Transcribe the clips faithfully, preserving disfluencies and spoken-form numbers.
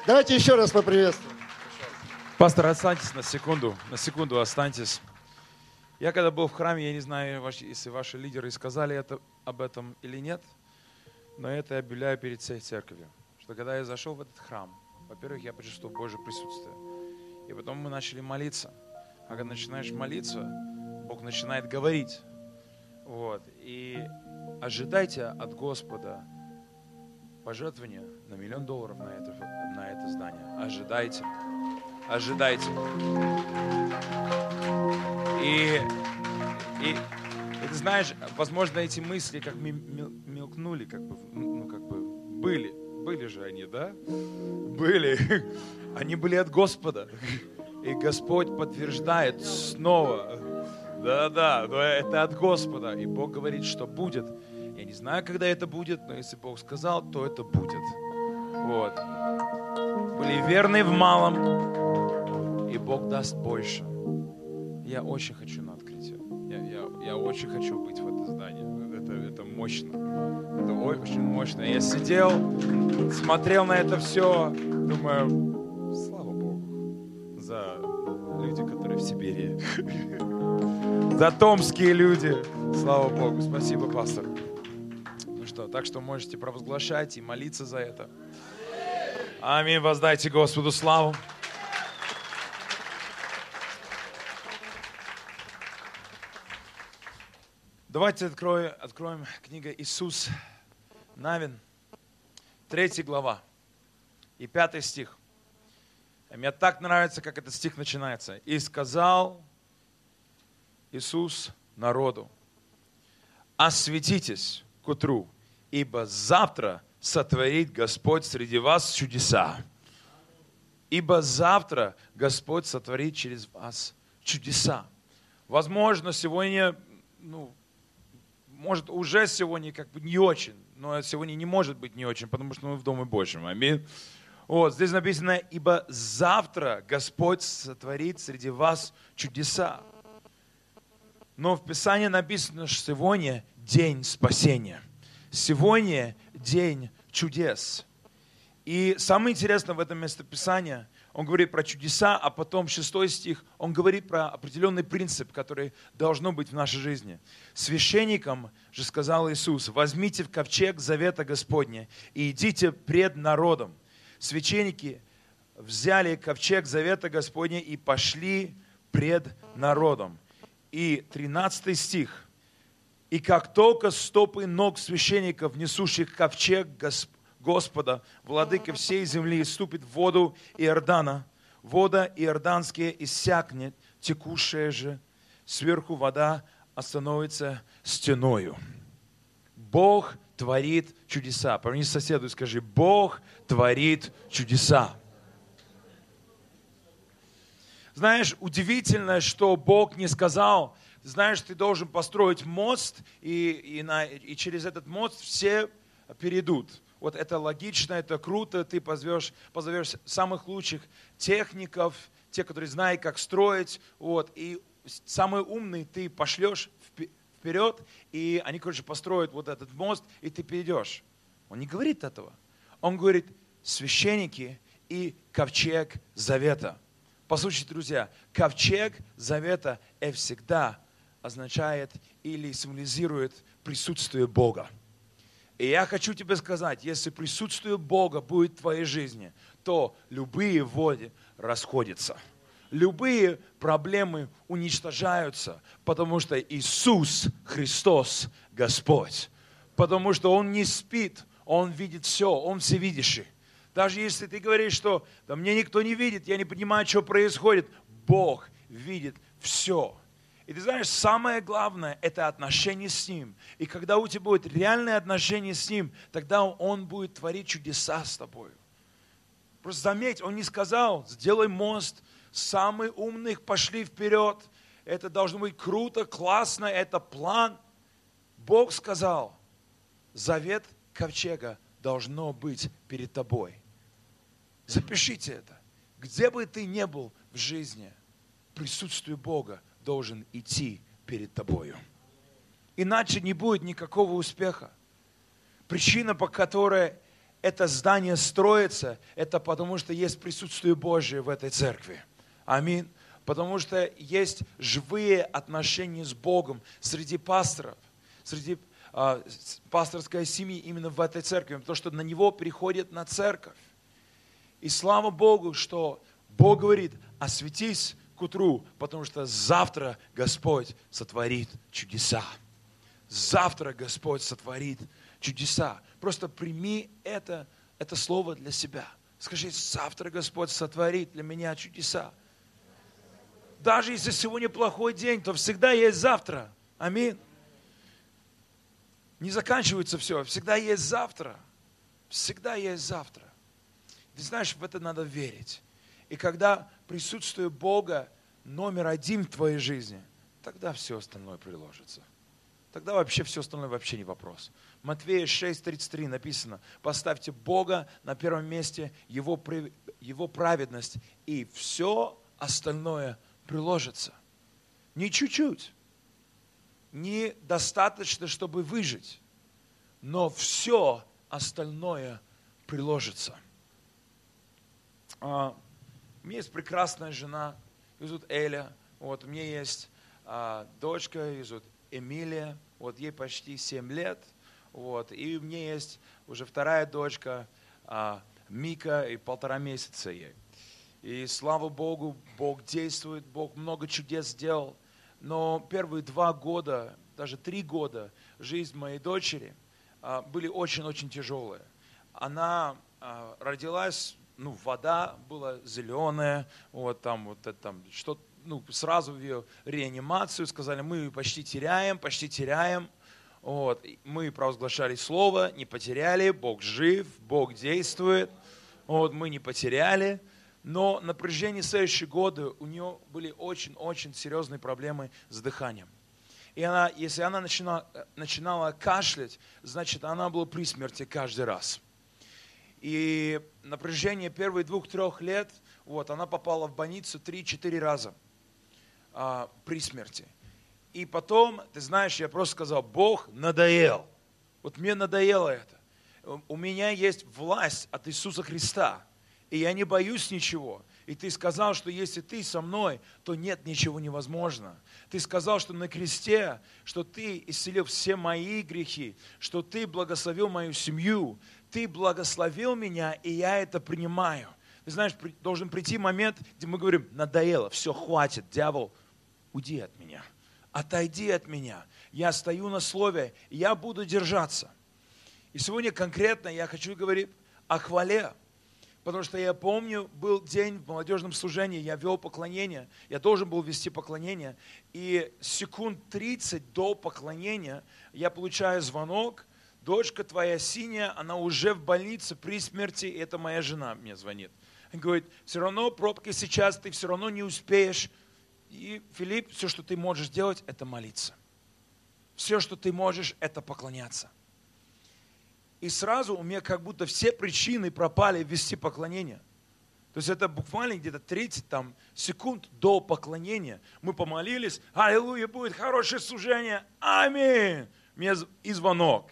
Давайте еще раз поприветствуем. Пастор, останьтесь на секунду, на секунду останьтесь. Я когда был в храме, я не знаю, если ваши лидеры сказали это, об этом или нет, но это я объявляю перед всей церковью, что когда я зашел в этот храм, во-первых, я почувствовал Божье присутствие, и потом мы начали молиться. А когда начинаешь молиться, Бог начинает говорить. Вот. И ожидайте от Господа пожертвования на миллион долларов на это, на это здание. Ожидайте. Ожидайте. И, и, и ты знаешь, возможно, эти мысли как мелькнули, как бы, ну, как бы были. Были же они, да? Были. Они были от Господа. И Господь подтверждает снова. Да-да, но это от Господа. И Бог говорит, что будет. Я не знаю, когда это будет, но если Бог сказал, то это будет. Вот. Были верны в малом, и Бог даст больше. Я очень хочу на открытие. Я, я, я очень хочу быть в это здание. Это, это мощно. Это очень мощно. Я сидел, смотрел на это все, думаю, слава Богу за люди, которые в Сибири. За томские люди. Слава Богу. Спасибо, пастор. Ну что, так что можете провозглашать и молиться за это. Аминь. Воздайте Господу славу. Давайте откроем, откроем книгу Иисус Навин, третья глава и пятый стих. И мне так нравится, как этот стих начинается. «И сказал Иисус народу: осветитесь к утру, ибо завтра сотворит Господь среди вас чудеса». Ибо завтра Господь сотворит через вас чудеса. Возможно, сегодня, ну, может, уже сегодня как бы не очень, но сегодня не может быть не очень, потому что мы в Доме Божьем. Аминь. Вот, здесь написано: ибо завтра Господь сотворит среди вас чудеса. Но в Писании написано, что сегодня день спасения. Сегодня день чудес. И самое интересное в этом местописании, он говорит про чудеса, а потом шестой стих, он говорит про определенный принцип, который должно быть в нашей жизни. Священникам же сказал Иисус: возьмите в ковчег завета Господня и идите пред народом. Священники взяли ковчег завета Господня и пошли пред народом. И тринадцатый стих. И как только стопы ног священников, несущих ковчег Господь, Господа, владыка всей земли, ступит в воду Иордана, вода иорданская иссякнет, текущая же сверху вода остановится стеною. Бог творит чудеса. Повернись к соседу и скажи: Бог творит чудеса. Знаешь, удивительно, что Бог не сказал: знаешь, ты должен построить мост, и, и, на, и через этот мост все перейдут. Вот это логично, это круто, ты позовешь, позовешь самых лучших техников, те, которые знают, как строить, вот, и самый умный ты пошлешь вперед, и они, короче, построят вот этот мост, и ты перейдешь. Он не говорит этого. Он говорит: священники и ковчег завета. Послушайте, друзья, ковчег завета это всегда означает или символизирует присутствие Бога. И я хочу тебе сказать, если присутствие Бога будет в твоей жизни, то любые воды расходятся. Любые проблемы уничтожаются, потому что Иисус Христос Господь. Потому что Он не спит, Он видит все, Он всевидящий. Даже если ты говоришь, что да, мне никто не видит, я не понимаю, что происходит, Бог видит все. И ты знаешь, самое главное – это отношение с Ним. И когда у тебя будет реальное отношение с Ним, тогда Он будет творить чудеса с тобой. Просто заметь, Он не сказал: сделай мост, самые умные пошли вперед. Это должно быть круто, классно, это план. Бог сказал: завет ковчега должно быть перед тобой. Запишите это. Где бы ты ни был в жизни, присутствие Бога должен идти перед тобою. Иначе не будет никакого успеха. Причина, по которой это здание строится, это потому что есть присутствие Божие в этой церкви. Аминь. Потому что есть живые отношения с Богом среди пасторов, среди э, пасторской семьи именно в этой церкви, потому что на него приходит на церковь. И слава Богу, что Бог говорит: осветись к утру, потому что завтра Господь сотворит чудеса. Завтра Господь сотворит чудеса. Просто прими это, это слово для себя. Скажи: завтра Господь сотворит для меня чудеса. Даже если сегодня плохой день, то всегда есть завтра. Аминь. Не заканчивается все. Всегда есть завтра. Всегда есть завтра. Ты знаешь, в это надо верить. И когда присутствие Бога номер один в твоей жизни, тогда все остальное приложится. Тогда вообще все остальное вообще не вопрос. Матфея шесть тридцать три написано: поставьте Бога на первом месте, Его, его праведность, и все остальное приложится. Не чуть-чуть, не достаточно, чтобы выжить, но все остальное приложится. А, у меня есть прекрасная жена, ее зовут Эля. Вот, у меня есть а, дочка, ее зовут Эмилия. Вот, ей почти семь лет. Вот, и у меня есть уже вторая дочка, а, Мика, и полтора месяца ей. И слава Богу, Бог действует, Бог много чудес сделал. Но первые два года, даже три года жизнь моей дочери а, были очень-очень тяжелые. Она а, родилась, ну, вода была зеленая, вот там, вот это там, что, ну, сразу в ее реанимацию сказали: мы ее почти теряем, почти теряем. Вот. Мы провозглашали слово, не потеряли, Бог жив, Бог действует, вот, мы не потеряли. Но на протяжении следующих годов у нее были очень-очень серьезные проблемы с дыханием. И она, если она начинала, начинала кашлять, значит, она была при смерти каждый раз. И на протяжении первых двух-трех лет вот, она попала в больницу три-четыре раза а, при смерти. И потом, ты знаешь, я просто сказал: Бог надоел. Вот мне надоело это. У меня есть власть от Иисуса Христа. И я не боюсь ничего. И ты сказал, что если ты со мной, то нет ничего невозможного. Ты сказал, что на кресте, что ты исцелил все мои грехи, что ты благословил мою семью, ты благословил меня, и я это принимаю. Ты знаешь, должен прийти момент, где мы говорим: надоело, все, хватит, дьявол, уйди от меня, отойди от меня. Я стою на слове, и я буду держаться. И сегодня конкретно я хочу говорить о хвале. Потому что я помню, был день в молодежном служении, я вел поклонение, я должен был вести поклонение, и секунд тридцать до поклонения я получаю звонок: дочка твоя синяя, она уже в больнице при смерти, и это моя жена мне звонит. Она говорит: все равно пробки сейчас, ты все равно не успеешь. И, Филипп, все, что ты можешь делать, это молиться. Все, что ты можешь, это поклоняться. И сразу у меня как будто все причины пропали вести поклонение. То есть это буквально где-то тридцать там, секунд до поклонения. Мы помолились: аллилуйя, будет хорошее служение, аминь. У меня и звонок.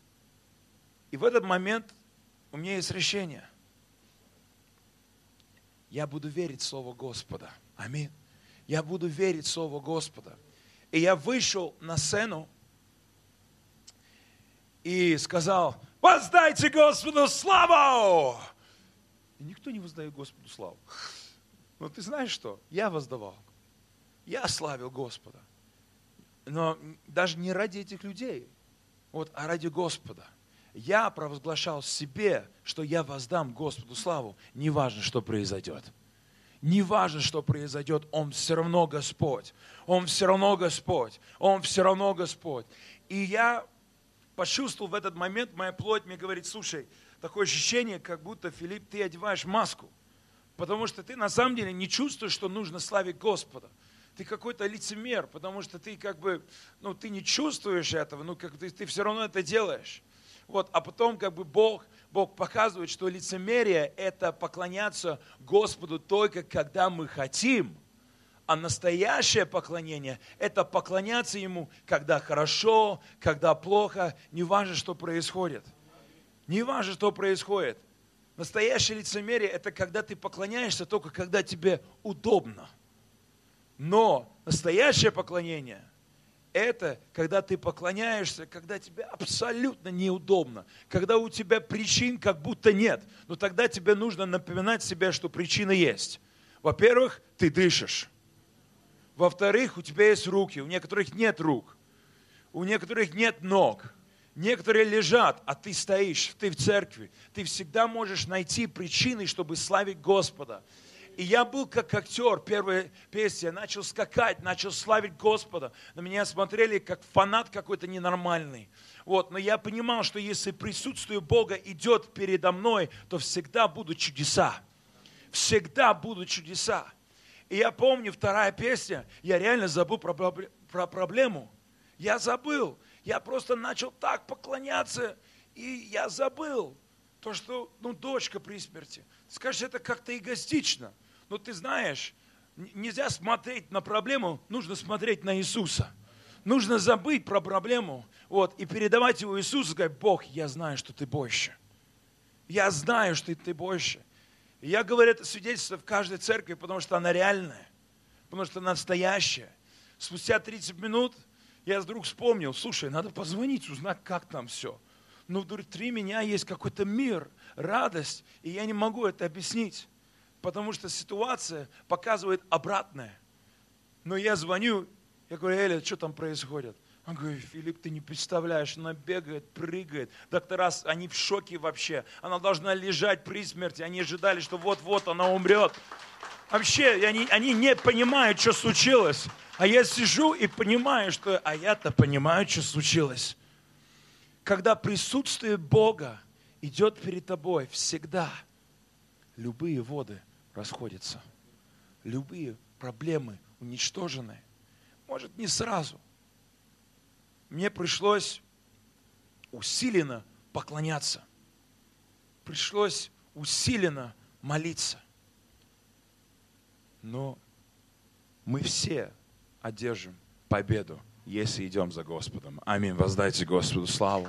И в этот момент у меня есть решение. Я буду верить в Слово Господа. Аминь. Я буду верить в Слово Господа. И я вышел на сцену и сказал: воздайте Господу славу! И никто не воздает Господу славу. Но ты знаешь что? Я воздавал. Я славил Господа. Но даже не ради этих людей, вот, а ради Господа. Я провозглашал себе, что я воздам Господу славу. Неважно, что произойдет. Неважно, что произойдет, Он все равно Господь. Он все равно Господь. Он все равно Господь. И я почувствовал в этот момент, моя плоть мне говорит: слушай, такое ощущение, как будто, Филипп, ты одеваешь маску. Потому что ты на самом деле не чувствуешь, что нужно славить Господа. Ты какой-то лицемер, потому что ты как бы, ну, ты не чувствуешь этого, ну, как ты, ты все равно это делаешь. Вот, а потом как бы Бог, Бог показывает, что лицемерие – это поклоняться Господу только когда мы хотим. А настоящее поклонение – это поклоняться Ему, когда хорошо, когда плохо, неважно, что происходит. Не важно, что происходит. Настоящее лицемерие – это когда ты поклоняешься только когда тебе удобно. Но настоящее поклонение – это когда ты поклоняешься, когда тебе абсолютно неудобно, когда у тебя причин как будто нет. Но тогда тебе нужно напоминать себе, что причина есть. Во-первых, ты дышишь. Во-вторых, у тебя есть руки, у некоторых нет рук. У некоторых нет ног. Некоторые лежат, а ты стоишь, ты в церкви. Ты всегда можешь найти причины, чтобы славить Господа. И я был как актер первой песни. Я начал скакать, начал славить Господа. На меня смотрели как фанат какой-то ненормальный. Вот. Но я понимал, что если присутствие Бога идет передо мной, то всегда будут чудеса. Всегда будут чудеса. И я помню, вторая песня, я реально забыл про, про проблему. Я забыл. Я просто начал так поклоняться, и я забыл то, что, ну, дочка при смерти. Скажешь, это как-то эгоистично. Но ты знаешь, нельзя смотреть на проблему, нужно смотреть на Иисуса. Нужно забыть про проблему, вот, и передавать его Иисусу, сказать: Бог, я знаю, что ты больше. Я знаю, что ты больше. И я говорю это свидетельство в каждой церкви, потому что она реальная, потому что она настоящая. Спустя тридцать минут я вдруг вспомнил: слушай, надо позвонить, узнать, как там все. Но внутри меня есть какой-то мир, радость, и я не могу это объяснить, потому что ситуация показывает обратное. Но я звоню, я говорю: Эля, что там происходит? Он говорит: Филипп, ты не представляешь, она бегает, прыгает. Доктора, они в шоке вообще. Она должна лежать при смерти. Они ожидали, что вот-вот она умрет. Вообще, они, они не понимают, что случилось. А я сижу и понимаю, что... А я-то понимаю, что случилось. Когда присутствие Бога идет перед тобой, всегда любые воды расходятся. Любые проблемы уничтожены. Может, не сразу. Мне пришлось усиленно поклоняться. Пришлось усиленно молиться. Но мы все одержим победу, если идем за Господом. Аминь. Воздайте Господу славу.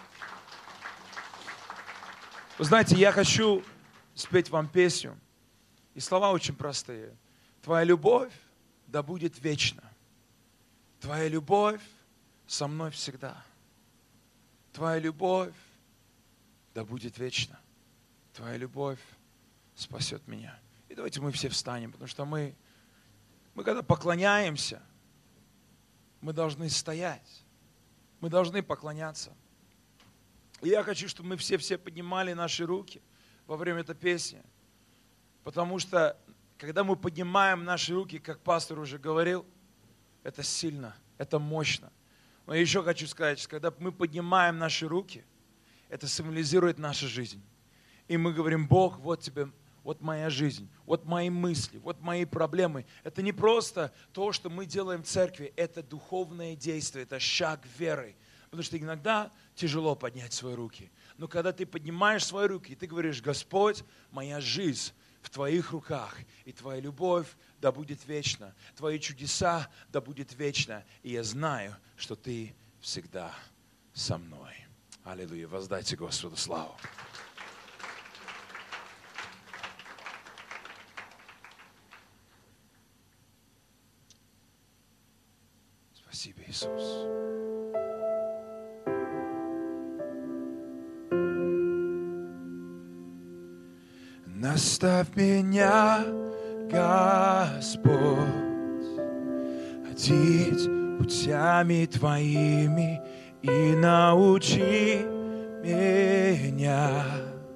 Вы знаете, я хочу спеть вам песню. И слова очень простые. Твоя любовь да будет вечна. Твоя любовь со мной всегда. Твоя любовь да будет вечна. Твоя любовь спасет меня. И давайте мы все встанем, потому что мы, мы когда поклоняемся, мы должны стоять. Мы должны поклоняться. И я хочу, чтобы мы все-все поднимали наши руки во время этой песни. Потому что, когда мы поднимаем наши руки, как пастор уже говорил, это сильно, это мощно. Но я еще хочу сказать, что когда мы поднимаем наши руки, это символизирует нашу жизнь. И мы говорим: Бог, вот тебе, вот моя жизнь, вот мои мысли, вот мои проблемы. Это не просто то, что мы делаем в церкви, это духовное действие, это шаг веры. Потому что иногда тяжело поднять свои руки. Но когда ты поднимаешь свои руки, и ты говоришь: Господь, моя жизнь в Твоих руках, и Твоя любовь да будет вечна, Твои чудеса да будет вечна, и я знаю, что Ты всегда со мной. Аллилуйя. Воздайте Господу славу. Спасибо, Иисус. Наставь меня, Господь, ходить путями Твоими и научи меня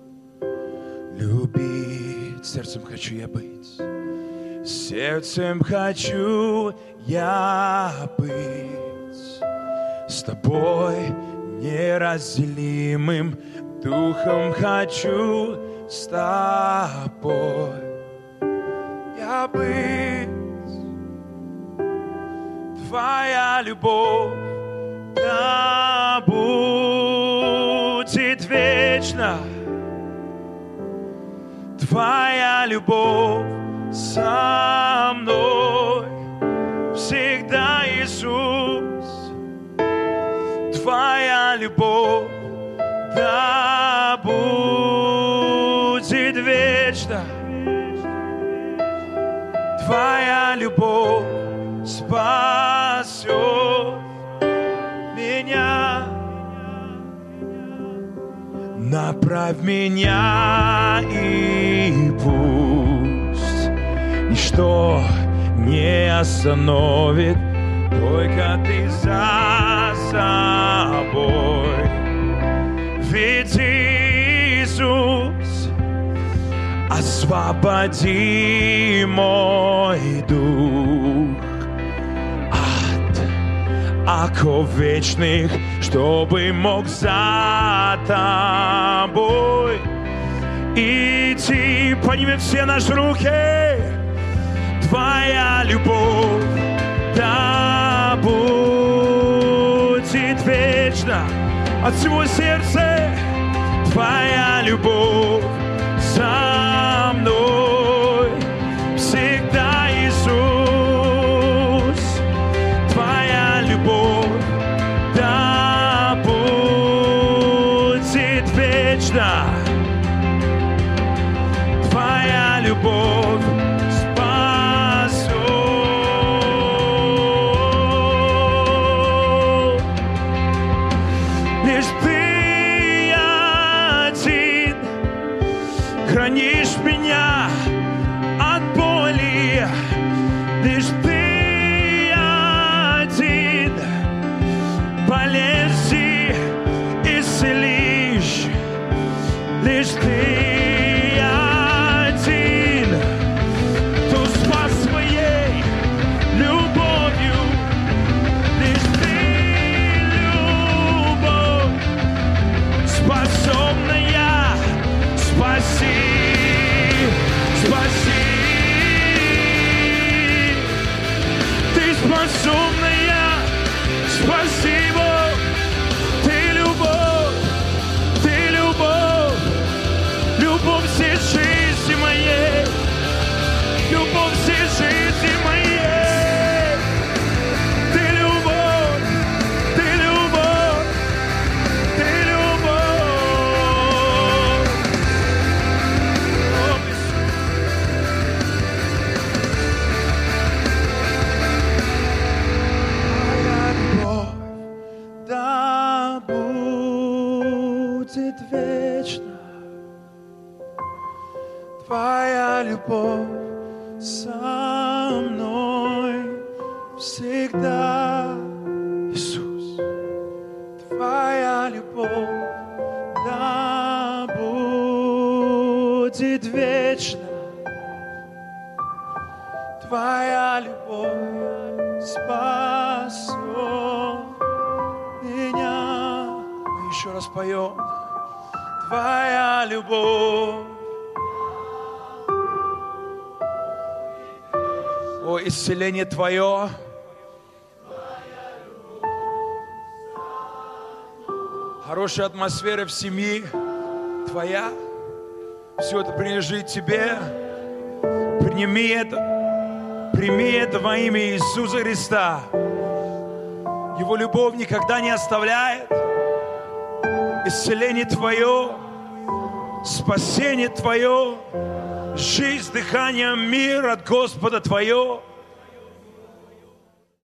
любить. Сердцем хочу я быть, сердцем хочу я быть с Тобой неразделимым, духом хочу с Тобой я быть. Твоя любовь да будет вечна. Твоя любовь со мной всегда, Иисус. Твоя любовь да вечно. Твоя любовь спасет меня. Направь меня, и пусть ничто не остановит, только Ты за собой. Веди, Иисус, освободи мой дух от оков вечных, чтобы мог за Тобой идти. Поднимем все наши руки. Твоя любовь да будет вечно. От всего сердца Твоя любовь со мной всегда, Иисус. Твоя любовь да будет вечно. Твоя любовь хранишь меня от боли, лишь Ты один болезни исцелишь, лишь Ты один, кто спас своей любовью, лишь Ты любовь способная спасти. Спаси, Ты способная, спасибо, Ты любовь, Ты любовь, любовь всей жизни моей, любовь всей жизни моей, Ты любовь, Ты любовь, Ты любовь. Да будет вечно Твоя любовь со мной всегда, Иисус. Твоя любовь да будет вечно. Твоя любовь спасет меня. Мы еще раз поем. Твоя любовь. О, исцеление Твое. Хорошая атмосфера в семье Твоя. Все это принадлежит Тебе. Прими это. Прими это во имя Иисуса Христа. Его любовь никогда не оставляет. Исцеление Твое, спасение Твое, жизнь, дыхание, мир от Господа Твое.